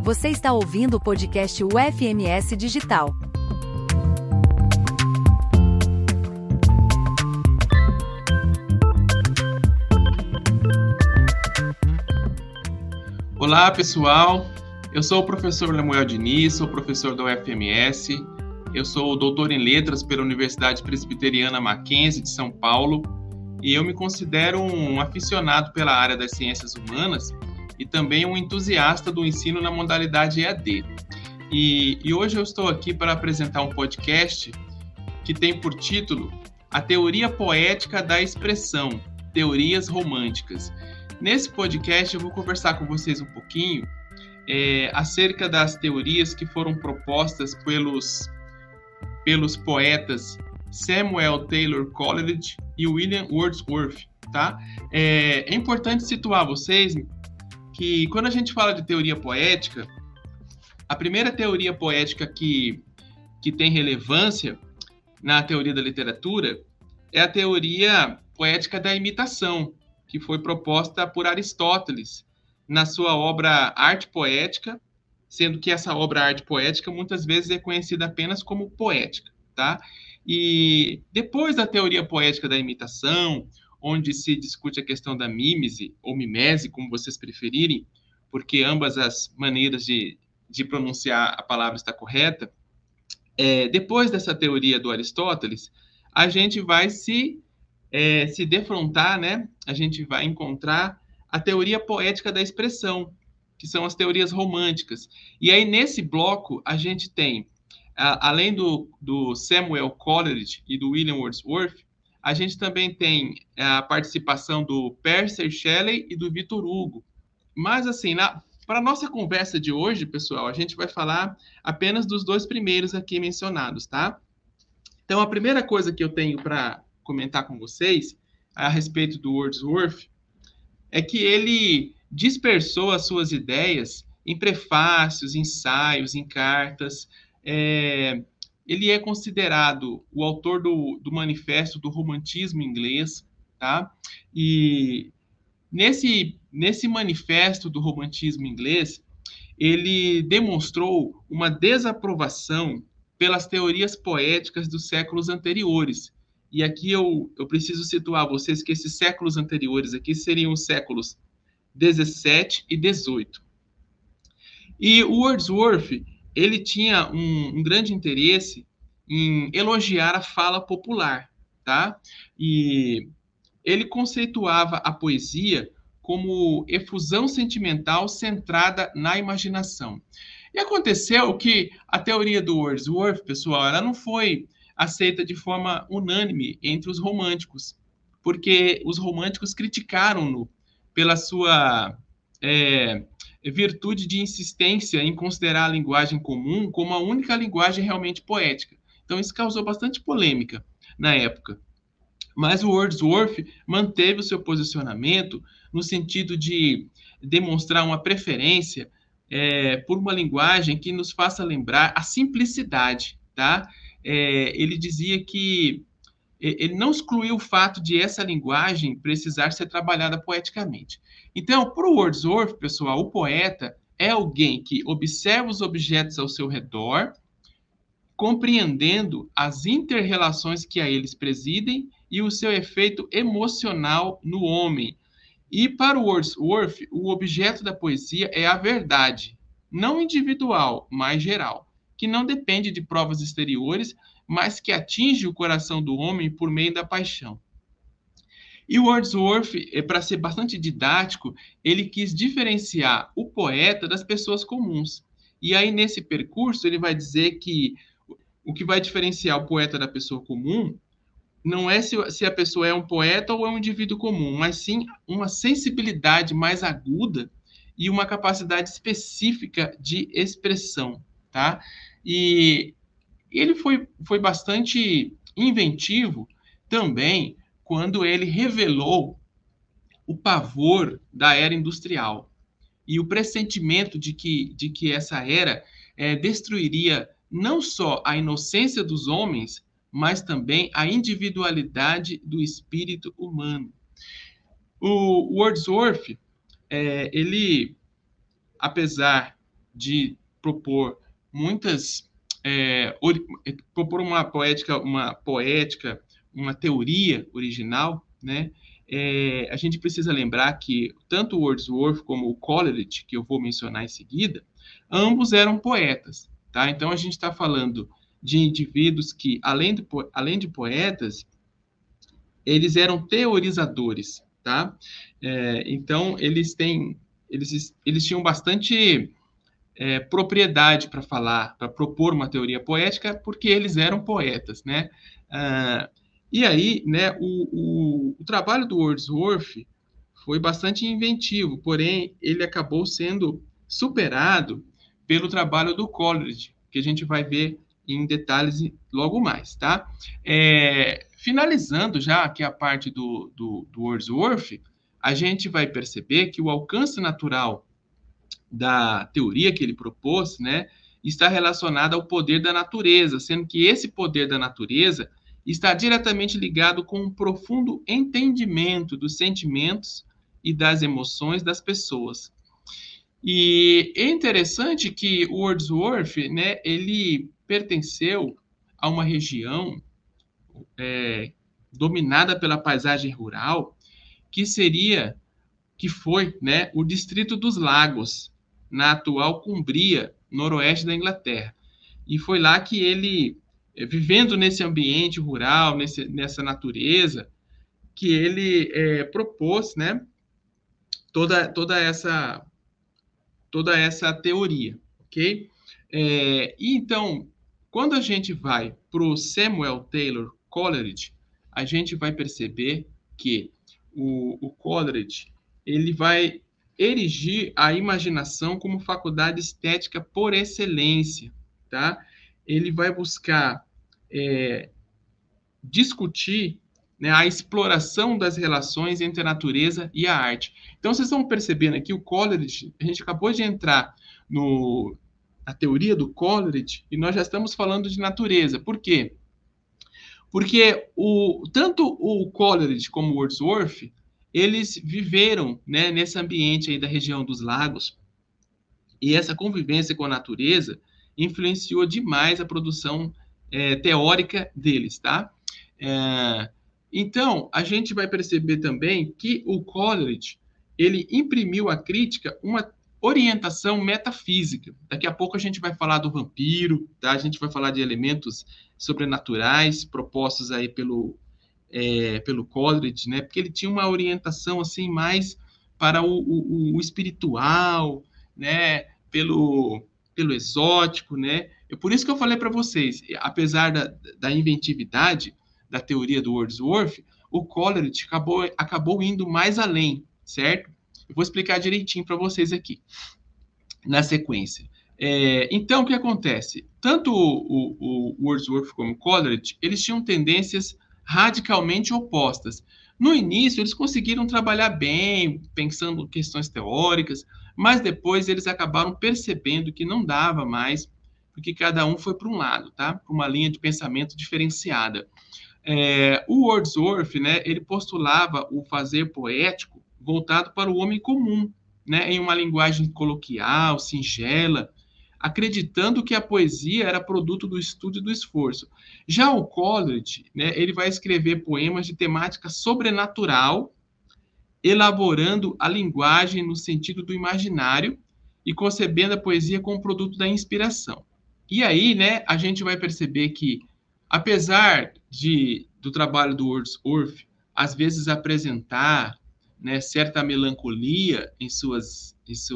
Você está ouvindo o podcast UFMS Digital. Olá, pessoal. Eu sou o professor Lemuel Diniz, sou professor da UFMS. Eu sou doutor em letras pela Universidade Presbiteriana Mackenzie de São Paulo e eu me considero um aficionado pela área das ciências humanas e também um entusiasta do ensino na modalidade EAD. E hoje eu estou aqui para apresentar um podcast que tem por título A Teoria Poética da Expressão, Teorias Românticas. Nesse podcast eu vou conversar com vocês um pouquinho acerca das teorias que foram propostas pelos poetas Samuel Taylor Coleridge e William Wordsworth, tá? É importante situar vocês que quando a gente fala de teoria poética, a primeira teoria poética que tem relevância na teoria da literatura é a teoria poética da imitação, que foi proposta por Aristóteles na sua obra Arte Poética, sendo que essa obra Arte Poética muitas vezes é conhecida apenas como poética, tá? E depois da teoria poética da imitação, onde se discute a questão da mímese ou mimese, como vocês preferirem, porque ambas as maneiras de pronunciar a palavra está correta, depois dessa teoria do Aristóteles, a gente vai se defrontar, né? A gente vai encontrar a teoria poética da expressão, que são as teorias românticas. E aí, nesse bloco, a gente tem, além do Samuel Coleridge e do William Wordsworth, a gente também tem a participação do Percy Shelley e do Victor Hugo. Mas, assim, para a nossa conversa de hoje, pessoal, a gente vai falar apenas dos dois primeiros aqui mencionados, tá? Então, a primeira coisa que eu tenho para comentar com vocês a respeito do Wordsworth é que ele dispersou as suas ideias em prefácios, ensaios, em cartas. Ele é considerado o autor do manifesto do romantismo inglês, tá? E nesse manifesto do romantismo inglês, ele demonstrou uma desaprovação pelas teorias poéticas dos séculos anteriores. E aqui eu preciso situar vocês que esses séculos anteriores aqui seriam os séculos 17 e 18. E o Wordsworth, ele tinha um grande interesse em elogiar a fala popular, tá? E ele conceituava a poesia como efusão sentimental centrada na imaginação. E aconteceu que a teoria do Wordsworth, pessoal, ela não foi aceita de forma unânime entre os românticos, porque os românticos criticaram-no pela sua virtude de insistência em considerar a linguagem comum como a única linguagem realmente poética. Então, isso causou bastante polêmica na época. Mas o Wordsworth manteve o seu posicionamento no sentido de demonstrar uma preferência por uma linguagem que nos faça lembrar a simplicidade, tá? Ele dizia que ele não excluiu o fato de essa linguagem precisar ser trabalhada poeticamente. Então, para o Wordsworth, pessoal, o poeta é alguém que observa os objetos ao seu redor, compreendendo as inter-relações que a eles presidem e o seu efeito emocional no homem. E para o Wordsworth, o objeto da poesia é a verdade, não individual, mas geral, que não depende de provas exteriores, mas que atinge o coração do homem por meio da paixão. E o Wordsworth, para ser bastante didático, ele quis diferenciar o poeta das pessoas comuns. E aí, nesse percurso, ele vai dizer que o que vai diferenciar o poeta da pessoa comum não é se a pessoa é um poeta ou é um indivíduo comum, mas sim uma sensibilidade mais aguda e uma capacidade específica de expressão, tá? E ele foi bastante inventivo também quando ele revelou o pavor da era industrial e o pressentimento de que essa era destruiria não só a inocência dos homens, mas também a individualidade do espírito humano. O Wordsworth, ele, apesar de propor propor uma poética, uma teoria original, né? A gente precisa lembrar que tanto o Wordsworth como o Coleridge, que eu vou mencionar em seguida, ambos eram poetas, tá? Então a gente está falando de indivíduos que, além de poetas, eles eram teorizadores, tá? Então eles tinham bastante propriedade para falar, para propor uma teoria poética, porque eles eram poetas, né? E aí, né, o trabalho do Wordsworth foi bastante inventivo, porém, ele acabou sendo superado pelo trabalho do Coleridge, que a gente vai ver em detalhes logo mais, tá? Finalizando já aqui a parte do Wordsworth, a gente vai perceber que o alcance natural da teoria que ele propôs, né, está relacionada ao poder da natureza, sendo que esse poder da natureza está diretamente ligado com um profundo entendimento dos sentimentos e das emoções das pessoas. E é interessante que o Wordsworth, né, ele pertenceu a uma região dominada pela paisagem rural, que foi, né, o Distrito dos Lagos, na atual Cumbria, noroeste da Inglaterra. E foi lá que ele, vivendo nesse ambiente rural, nessa natureza, que ele propôs, né, toda essa teoria, ok? E então, quando a gente vai para o Samuel Taylor Coleridge, a gente vai perceber que o Coleridge ele vai erigir a imaginação como faculdade estética por excelência, tá? Ele vai buscar discutir, né, a exploração das relações entre a natureza e a arte. Então, vocês estão percebendo aqui o Coleridge, a gente acabou de entrar na teoria do Coleridge e nós já estamos falando de natureza. Por quê? Porque tanto o Coleridge como o Wordsworth, eles viveram, né, nesse ambiente aí da região dos lagos, e essa convivência com a natureza influenciou demais a produção teórica deles, tá? Então, a gente vai perceber também que o Coleridge, ele imprimiu à crítica uma orientação metafísica. Daqui a pouco a gente vai falar do vampiro, tá? A gente vai falar de elementos sobrenaturais propostos aí pelo Coleridge, né? Porque ele tinha uma orientação assim mais para o espiritual, né? Pelo exótico, né? Por isso que eu falei para vocês, apesar da inventividade da teoria do Wordsworth, o Coleridge acabou indo mais além, certo? Eu vou explicar direitinho para vocês aqui, na sequência. Então, o que acontece? Tanto o Wordsworth como o Coleridge, eles tinham tendências radicalmente opostas. No início, eles conseguiram trabalhar bem, pensando em questões teóricas, mas depois eles acabaram percebendo que não dava mais, porque cada um foi para um lado, tá? Para uma linha de pensamento diferenciada. O Wordsworth, né, ele postulava o fazer poético voltado para o homem comum, né, em uma linguagem coloquial, singela, acreditando que a poesia era produto do estudo e do esforço. Já o Coleridge, né, ele vai escrever poemas de temática sobrenatural, elaborando a linguagem no sentido do imaginário e concebendo a poesia como produto da inspiração. E aí, né, a gente vai perceber que, apesar do trabalho do Wordsworth, às vezes apresentar, né, certa melancolia em suas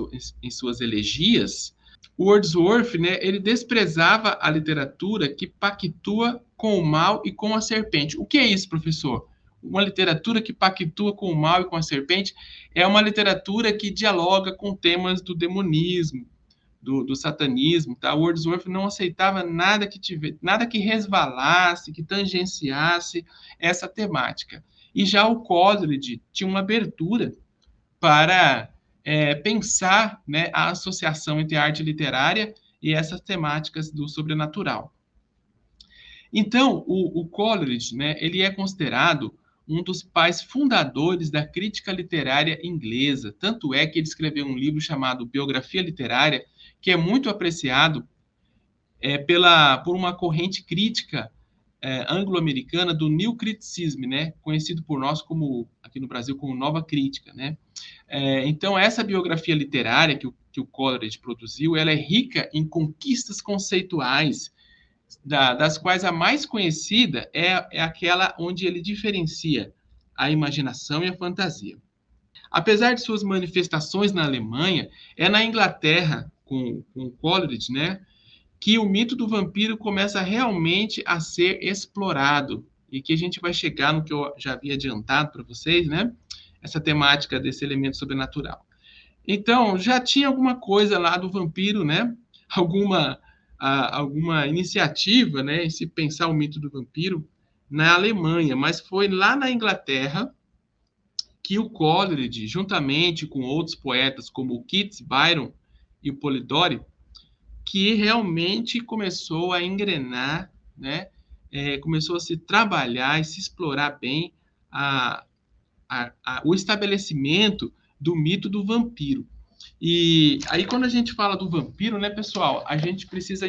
elegias, o Wordsworth, né, ele desprezava a literatura que pactua com o mal e com a serpente. O que é isso, professor? Uma literatura que pactua com o mal e com a serpente é uma literatura que dialoga com temas do demonismo, do satanismo, tá? O Wordsworth não aceitava nada que resvalasse, que tangenciasse essa temática. E já o Coleridge tinha uma abertura para pensar, né, a associação entre a arte literária e essas temáticas do sobrenatural. Então, o Coleridge, né, ele é considerado um dos pais fundadores da crítica literária inglesa. Tanto é que ele escreveu um livro chamado Biografia Literária, que é muito apreciado por uma corrente crítica anglo-americana do New Criticism, né? Conhecido por nós aqui no Brasil, como Nova Crítica, né? Então, essa biografia literária que o Coleridge produziu, ela é rica em conquistas conceituais, das quais a mais conhecida é aquela onde ele diferencia a imaginação e a fantasia. Apesar de suas manifestações na Alemanha, é na Inglaterra, com o Coleridge, né, que o mito do vampiro começa realmente a ser explorado, e que a gente vai chegar no que eu já havia adiantado para vocês, né, essa temática desse elemento sobrenatural. Então, já tinha alguma coisa lá do vampiro, né, alguma iniciativa, né, em se pensar o mito do vampiro na Alemanha, mas foi lá na Inglaterra que o Coleridge, juntamente com outros poetas como o Keats, Byron e o Polidori, que realmente começou a engrenar, né, começou a se trabalhar e se explorar bem o estabelecimento do mito do vampiro. E aí, quando a gente fala do vampiro, né, pessoal, a gente precisa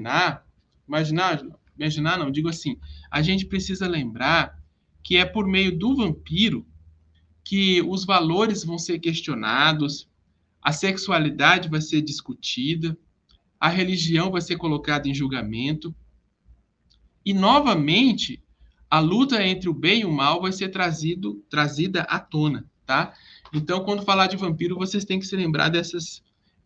não, digo assim, a gente precisa lembrar que é por meio do vampiro que os valores vão ser questionados, a sexualidade vai ser discutida, a religião vai ser colocada em julgamento, e, novamente, a luta entre o bem e o mal vai ser trazida à tona, tá? Então, quando falar de vampiro, vocês têm que se lembrar dessas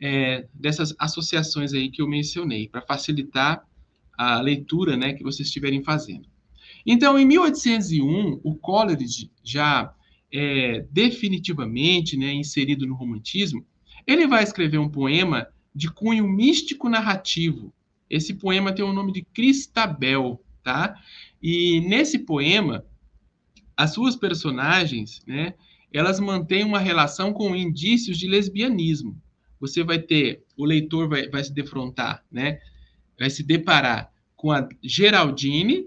associações aí que eu mencionei, para facilitar a leitura, né, que vocês estiverem fazendo. Então, em 1801, o Coleridge, já definitivamente, né, inserido no romantismo, ele vai escrever um poema de cunho místico-narrativo. Esse poema tem o nome de Cristabel, tá? E nesse poema, as suas personagens, né, elas mantêm uma relação com indícios de lesbianismo. Você vai ter, o leitor vai se defrontar, né, vai se deparar com a Geraldine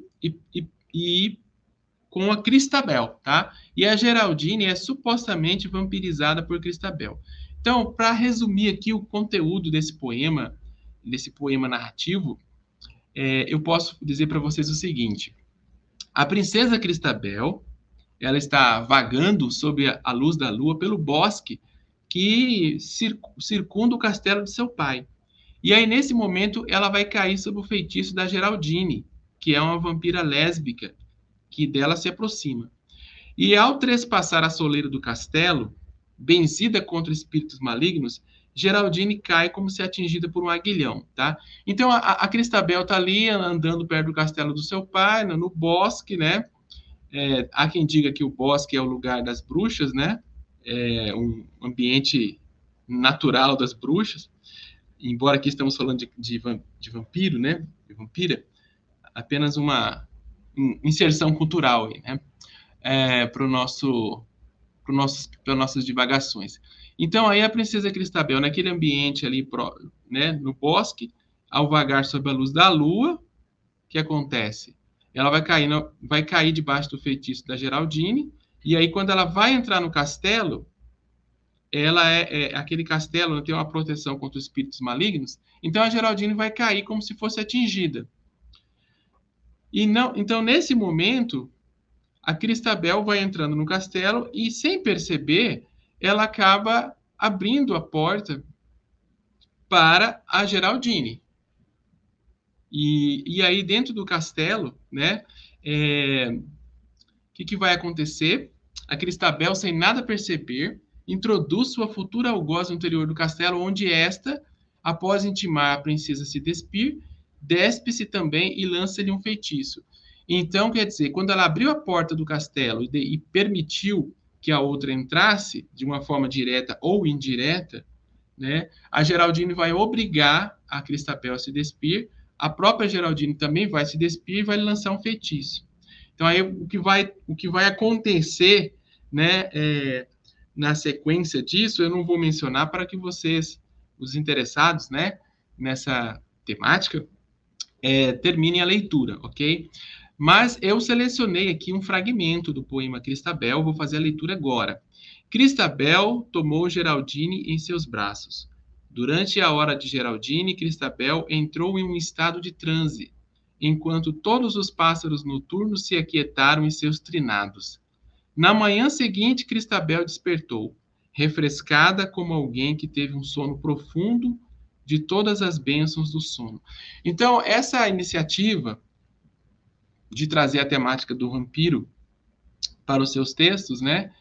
e com a Cristabel, tá? E a Geraldine é supostamente vampirizada por Cristabel. Então, para resumir aqui o conteúdo desse poema narrativo, eu posso dizer para vocês o seguinte: a princesa Cristabel, ela está vagando sob a luz da lua pelo bosque que circunda o castelo de seu pai. E aí, nesse momento, ela vai cair sob o feitiço da Geraldine, que é uma vampira lésbica, que dela se aproxima. E ao trespassar a soleira do castelo, benzida contra espíritos malignos, Geraldine cai como se atingida por um aguilhão, tá? Então, a Cristabel está ali andando perto do castelo do seu pai, no bosque, né? Há quem diga que o bosque é o lugar das bruxas, né? É um ambiente natural das bruxas. Embora aqui estamos falando de vampiro, né? De vampira, apenas uma inserção cultural aí, né? Para nossas divagações. Então, aí a princesa Cristabel, naquele ambiente ali, né, no bosque, ao vagar sob a luz da lua, o que acontece? Ela vai cair debaixo do feitiço da Geraldine, e aí quando ela vai entrar no castelo, ela aquele castelo tem uma proteção contra os espíritos malignos, então a Geraldine vai cair como se fosse atingida. Então, nesse momento, a Cristabel vai entrando no castelo e, sem perceber, ela acaba abrindo a porta para a Geraldine. E aí, dentro do castelo, né, que vai acontecer? A Cristabel, sem nada perceber, introduz sua futura algoz no interior do castelo, onde esta, após intimar a princesa a se despir, despe-se também e lança-lhe um feitiço. Então, quer dizer, quando ela abriu a porta do castelo e permitiu que a outra entrasse, de uma forma direta ou indireta, né, a Geraldine vai obrigar a Cristabel a se despir, a própria Geraldine também vai se despir e vai lançar um feitiço. Então, aí, o que vai acontecer, né, na sequência disso, eu não vou mencionar para que vocês, os interessados, né, nessa temática, terminem a leitura, ok? Mas eu selecionei aqui um fragmento do poema Cristabel, vou fazer a leitura agora. Cristabel tomou Geraldine em seus braços. Durante a hora de Geraldine, Cristabel entrou em um estado de transe, enquanto todos os pássaros noturnos se aquietaram em seus trinados. Na manhã seguinte, Cristabel despertou, refrescada como alguém que teve um sono profundo de todas as bênçãos do sono. Então, essa iniciativa de trazer a temática do vampiro para os seus textos, né,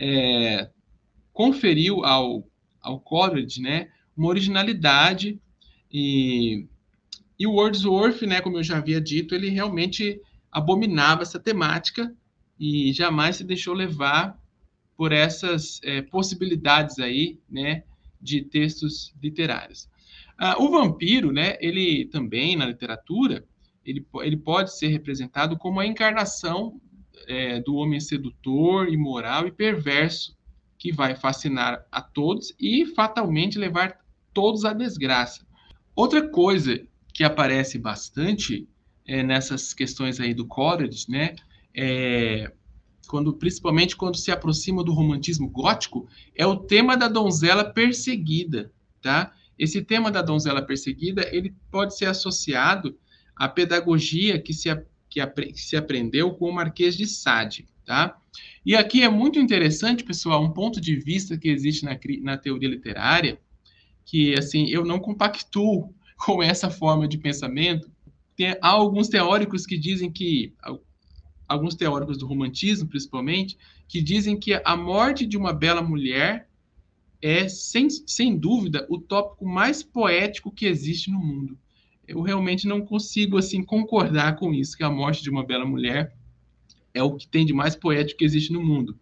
conferiu ao Coleridge, né, uma originalidade e o Wordsworth, né, como eu já havia dito, ele realmente abominava essa temática e jamais se deixou levar por essas possibilidades aí, né, de textos literários. O vampiro, né, ele também na literatura, ele pode ser representado como a encarnação do homem sedutor, imoral e perverso, que vai fascinar a todos e fatalmente levar todos à desgraça. Outra coisa que aparece bastante nessas questões aí do Coleridge, né, principalmente quando se aproxima do romantismo gótico, é o tema da donzela perseguida, tá? Esse tema da donzela perseguida, ele pode ser associado à pedagogia que se aprendeu com o Marquês de Sade, tá? E aqui é muito interessante, pessoal, um ponto de vista que existe na teoria literária, que, assim, eu não compactuo com essa forma de pensamento. Há alguns teóricos que dizem que, alguns teóricos do romantismo, principalmente, que dizem que a morte de uma bela mulher é, sem dúvida, o tópico mais poético que existe no mundo. Eu realmente não consigo, assim, concordar com isso, que a morte de uma bela mulher é o que tem de mais poético que existe no mundo.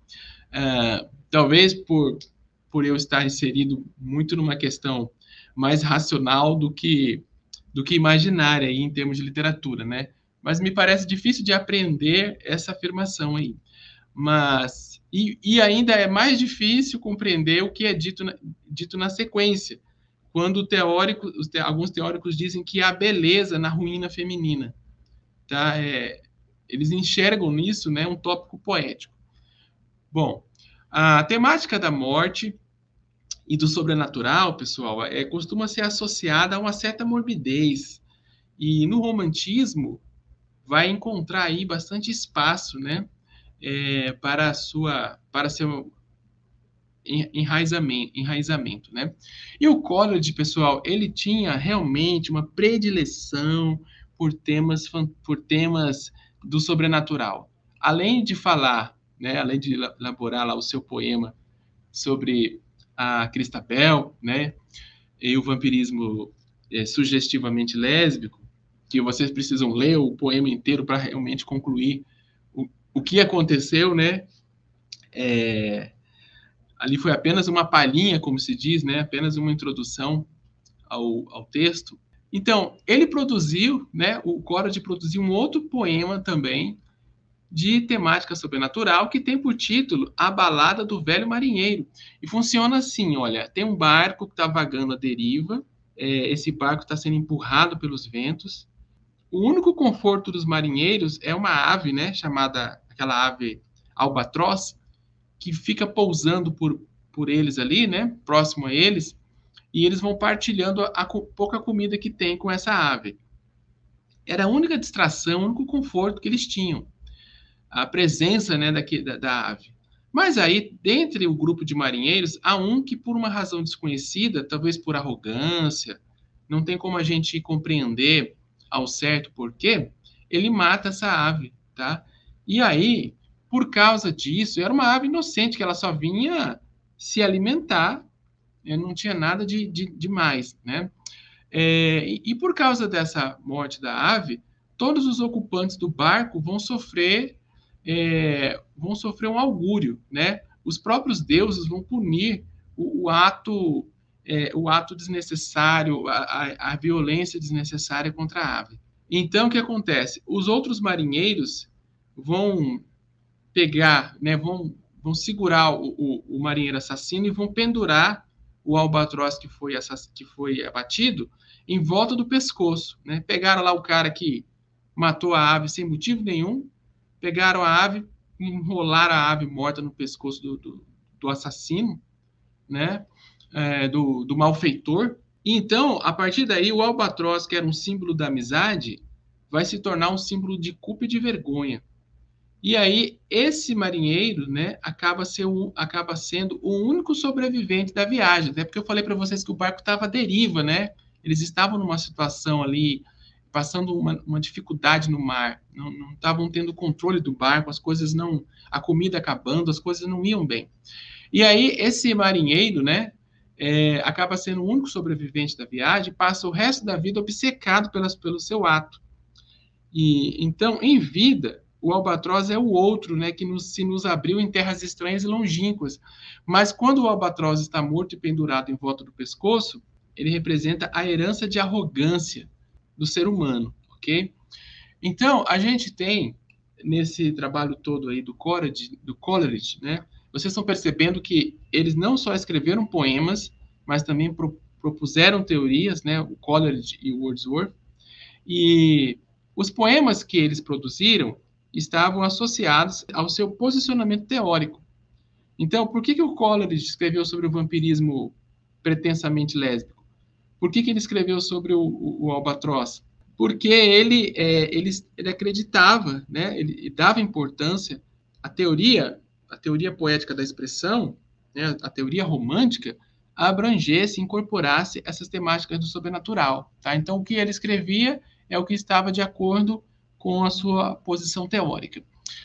Talvez por eu estar inserido muito numa questão mais racional do que imaginária aí, em termos de literatura, né? Mas me parece difícil de aprender essa afirmação aí. Mas, e ainda é mais difícil compreender o que é dito na sequência, quando alguns teóricos dizem que há beleza na ruína feminina. Tá? Eles enxergam nisso, né, um tópico poético. Bom, a temática da morte e do sobrenatural, pessoal, costuma ser associada a uma certa morbidez. E no romantismo vai encontrar aí bastante espaço, né, para seu enraizamento, né? E o Coleridge, pessoal, ele tinha realmente uma predileção por temas do sobrenatural. Além de falar, né, além de elaborar lá o seu poema sobre a Cristabel, né, e o vampirismo sugestivamente lésbico, que vocês precisam ler o poema inteiro para realmente concluir o que aconteceu, né? Ali foi apenas uma palhinha, como se diz, né? Apenas uma introdução ao texto. Então, ele produziu, né? O Coleridge produziu um outro poema também de temática sobrenatural que tem por título A Balada do Velho Marinheiro. E funciona assim, olha, tem um barco que está vagando à deriva, esse barco está sendo empurrado pelos ventos. O único conforto dos marinheiros é uma ave, né? Chamada aquela ave albatroz, que fica pousando por eles ali, né, próximo a eles, e eles vão partilhando a pouca comida que tem com essa ave. Era a única distração, o único conforto que eles tinham, a presença, né, da ave. Mas aí, dentre o grupo de marinheiros, há um que, por uma razão desconhecida, talvez por arrogância, não tem como a gente compreender ao certo porquê, ele mata essa ave, tá? E aí, por causa disso, era uma ave inocente, que ela só vinha se alimentar, não tinha nada de mais, né? E por causa dessa morte da ave, todos os ocupantes do barco vão sofrer um augúrio, né? Os próprios deuses vão punir o ato desnecessário, a violência desnecessária contra a ave. Então, o que acontece? Os outros marinheiros vão pegar, né, vão segurar o marinheiro assassino e vão pendurar o albatroz que foi abatido em volta do pescoço, né? Pegaram lá o cara que matou a ave sem motivo nenhum, pegaram a ave, enrolaram a ave morta no pescoço do assassino, né? Do malfeitor. E então, a partir daí, o albatroz, que era um símbolo da amizade, vai se tornar um símbolo de culpa e de vergonha. E aí, esse marinheiro, né, acaba sendo o único sobrevivente da viagem, até porque eu falei para vocês que o barco estava à deriva, né? Eles estavam numa situação ali, passando uma dificuldade no mar, não estavam tendo controle do barco, a comida acabando, as coisas não iam bem. E aí, esse marinheiro, né, acaba sendo o único sobrevivente da viagem, passa o resto da vida obcecado pelo seu ato. E então, em vida, o albatroz é o outro, né, que se nos abriu em terras estranhas e longínquas. Mas quando o albatroz está morto e pendurado em volta do pescoço, ele representa a herança de arrogância do ser humano, ok? Então, a gente tem, nesse trabalho todo aí do Coleridge, né, vocês estão percebendo que eles não só escreveram poemas, mas também propuseram teorias, né, o Coleridge e o Wordsworth, e os poemas que eles produziram estavam associados ao seu posicionamento teórico. Então, por que o Coleridge escreveu sobre o vampirismo pretensamente lésbico? Por que ele escreveu sobre o albatroz? Porque ele acreditava, né, ele dava importância à teoria poética da expressão, né, a teoria romântica, abrangesse, incorporasse essas temáticas do sobrenatural. Tá? Então, o que ele escrevia é o que estava de acordo com a sua posição teórica.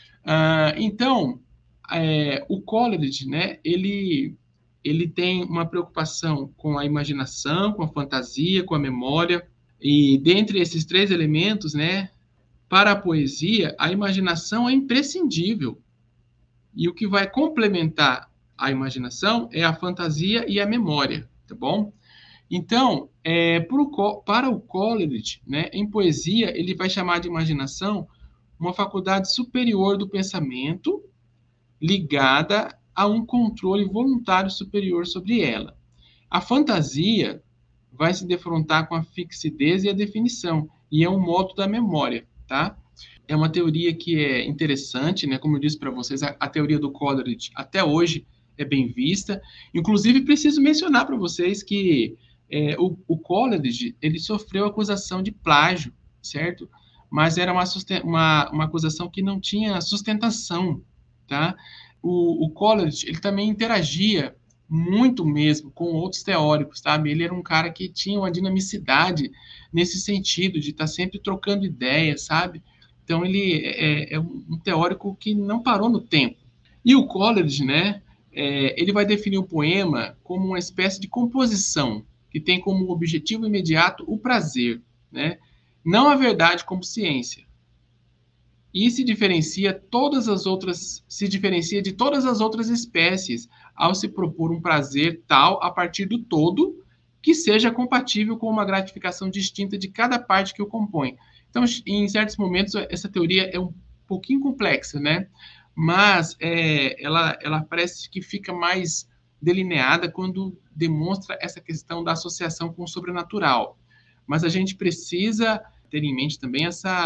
Então, o Coleridge, né, ele tem uma preocupação com a imaginação, com a fantasia, com a memória, e dentre esses três elementos, né, para a poesia, a imaginação é imprescindível. E o que vai complementar a imaginação é a fantasia e a memória, tá bom? Então, para o Coleridge, né, em poesia, ele vai chamar de imaginação uma faculdade superior do pensamento ligada a um controle voluntário superior sobre ela. A fantasia vai se defrontar com a fixidez e a definição, e é um modo da memória, tá? É uma teoria que é interessante, né? Como eu disse para vocês, a teoria do Coleridge até hoje é bem vista. Inclusive, preciso mencionar para vocês que o Coleridge, ele sofreu acusação de plágio, certo? Mas era uma acusação que não tinha sustentação, tá? O Coleridge, ele também interagia muito mesmo com outros teóricos, sabe? Ele era um cara que tinha uma dinamicidade nesse sentido, de estar sempre trocando ideias, sabe? Então, ele é um teórico que não parou no tempo. E o Coleridge, né, ele vai definir o poema como uma espécie de composição, que tem como objetivo imediato o prazer, né? Não a verdade como ciência. E se diferencia de todas as outras espécies ao se propor um prazer tal a partir do todo que seja compatível com uma gratificação distinta de cada parte que o compõe. Então, em certos momentos, essa teoria é um pouquinho complexa, né? Mas ela parece que fica mais delineada quando demonstra essa questão da associação com o sobrenatural. Mas a gente precisa ter em mente também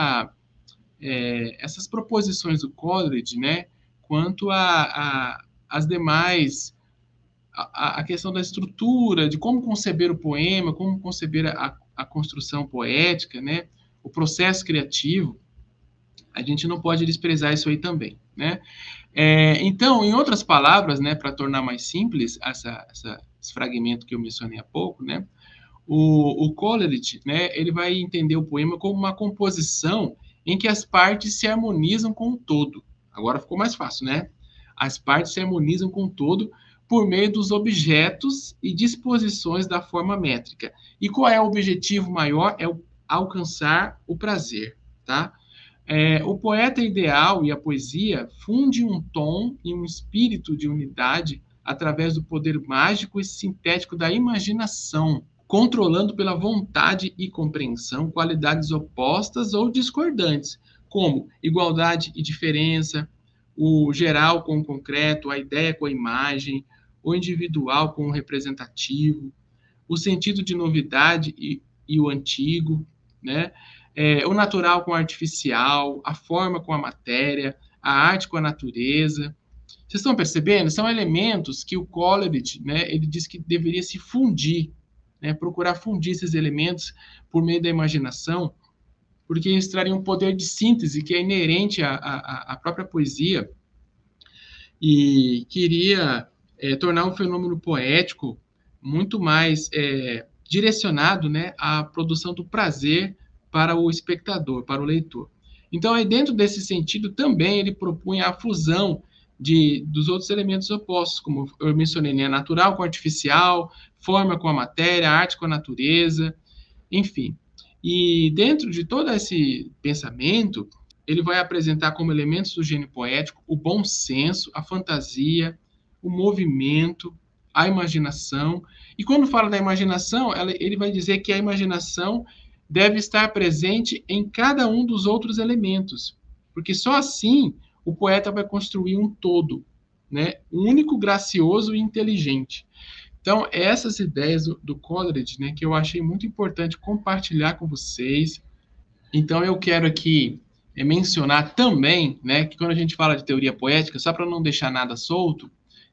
essas proposições do Coleridge, né, quanto às demais, a questão da estrutura, de como conceber o poema, como conceber a construção poética, né, o processo criativo, a gente não pode desprezar isso aí também, né? Então, em outras palavras, né, para tornar mais simples esse fragmento que eu mencionei há pouco, né, o Coleridge, né, ele vai entender o poema como uma composição em que as partes se harmonizam com o todo. Agora ficou mais fácil, né? As partes se harmonizam com o todo por meio dos objetos e disposições da forma métrica. E qual é o objetivo maior? É alcançar o prazer, tá? O poeta ideal e a poesia fundem um tom e um espírito de unidade através do poder mágico e sintético da imaginação, controlando pela vontade e compreensão qualidades opostas ou discordantes, como igualdade e diferença, o geral com o concreto, a ideia com a imagem, o individual com o representativo, o sentido de novidade e o antigo, né? o natural com o artificial, a forma com a matéria, a arte com a natureza. Vocês estão percebendo? São elementos que o Coleridge, né, ele diz que deveria se fundir, né, procurar fundir esses elementos por meio da imaginação, porque eles trariam um poder de síntese que é inerente à própria poesia e queria tornar um fenômeno poético muito mais direcionado, né, à produção do prazer para o espectador, para o leitor. Então, aí dentro desse sentido, também ele propunha a fusão dos outros elementos opostos, como eu mencionei, né, natural com artificial, forma com a matéria, arte com a natureza, enfim. E dentro de todo esse pensamento, ele vai apresentar como elementos do gênio poético o bom senso, a fantasia, o movimento, a imaginação. E quando fala da imaginação, ele vai dizer que a imaginação deve estar presente em cada um dos outros elementos, porque só assim o poeta vai construir um todo, né, único, gracioso e inteligente. Então, essas ideias do Coleridge, né, que eu achei muito importante compartilhar com vocês. Então, eu quero aqui mencionar também, né, que quando a gente fala de teoria poética, só para não deixar nada solto,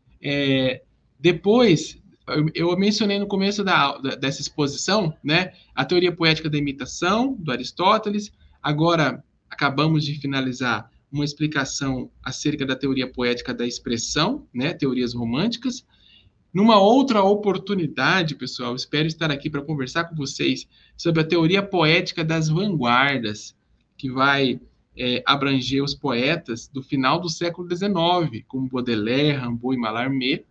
depois, eu mencionei no começo dessa exposição, né, a teoria poética da imitação, do Aristóteles. Agora, acabamos de finalizar uma explicação acerca da teoria poética da expressão, né, teorias românticas. Numa outra oportunidade, pessoal, espero estar aqui para conversar com vocês sobre a teoria poética das vanguardas, que vai abranger os poetas do final do século XIX, como Baudelaire, Rimbaud e Mallarmé,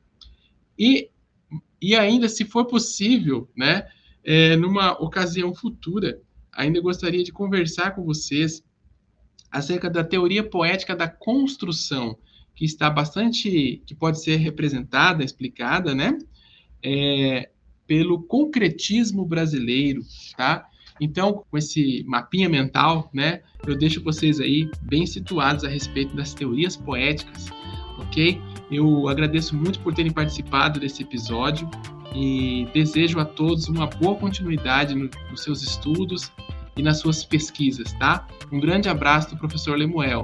e ainda, se for possível, né, numa ocasião futura, ainda gostaria de conversar com vocês acerca da teoria poética da construção, que está que pode ser representada, explicada, né, pelo concretismo brasileiro, tá? Então, com esse mapinha mental, né, eu deixo vocês aí bem situados a respeito das teorias poéticas, ok? Eu agradeço muito por terem participado desse episódio e desejo a todos uma boa continuidade nos seus estudos e nas suas pesquisas, tá? Um grande abraço do professor Lemuel.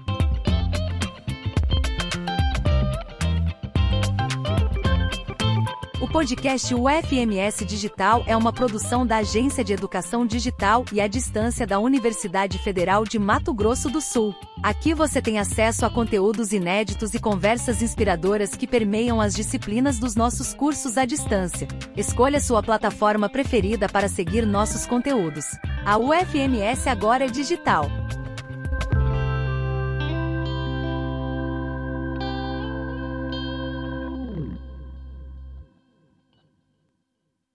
O podcast UFMS Digital é uma produção da Agência de Educação Digital e à Distância da Universidade Federal de Mato Grosso do Sul. Aqui você tem acesso a conteúdos inéditos e conversas inspiradoras que permeiam as disciplinas dos nossos cursos à distância. Escolha sua plataforma preferida para seguir nossos conteúdos. A UFMS agora é digital.